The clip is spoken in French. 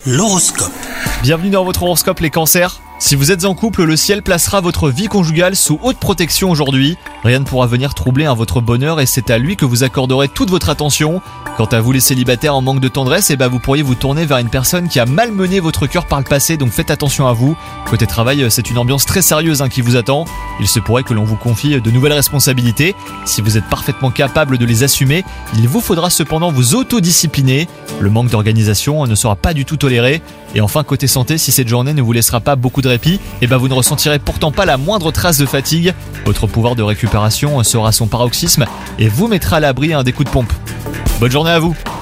L'horoscope. Bienvenue dans votre horoscope les cancers. Si vous êtes en couple, le ciel placera votre vie conjugale sous haute protection aujourd'hui. Rien ne pourra venir troubler votre bonheur et c'est à lui que vous accorderez toute votre attention. Quant à vous les célibataires en manque de tendresse, vous pourriez vous tourner vers une personne qui a malmené votre cœur par le passé, donc faites attention à vous. Côté travail, c'est une ambiance très sérieuse qui vous attend. Il se pourrait que l'on vous confie de nouvelles responsabilités. Si vous êtes parfaitement capable de les assumer, il vous faudra cependant vous autodiscipliner. Le manque d'organisation ne sera pas du tout toléré. Et enfin, côté santé, si cette journée ne vous laissera pas beaucoup de répit, vous ne ressentirez pourtant pas la moindre trace de fatigue. Votre pouvoir de récupération sera à son paroxysme et vous mettra à l'abri des coups de pompe. Bonne journée à vous!